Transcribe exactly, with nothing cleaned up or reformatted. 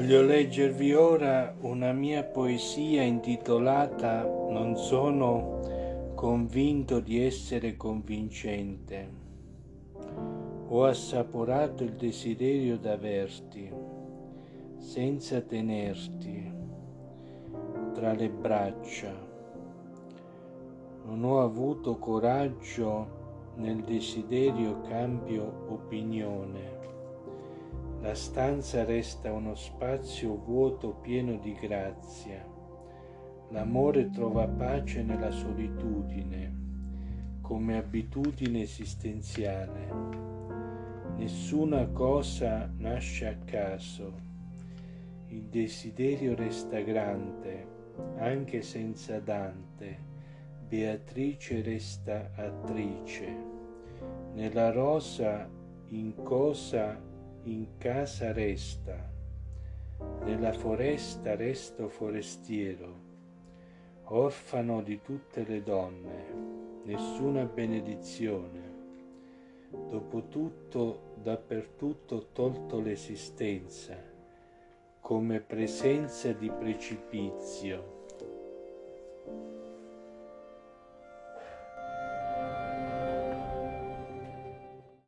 Voglio leggervi ora una mia poesia intitolata "Non sono convinto di essere convincente". Ho assaporato il desiderio d'averti, senza tenerti tra le braccia. Non ho avuto coraggio, nel desiderio cambio opinione. La stanza resta uno spazio vuoto pieno di grazia. L'amore trova pace nella solitudine, come abitudine esistenziale. Nessuna cosa nasce a caso. Il desiderio resta grande, anche senza Dante. Beatrice resta attrice. Nella rosa in cosa in casa resta, nella foresta resto forestiero, orfano di tutte le donne, nessuna benedizione. Dopotutto, dappertutto ho tolto l'esistenza, come presenza di precipizio.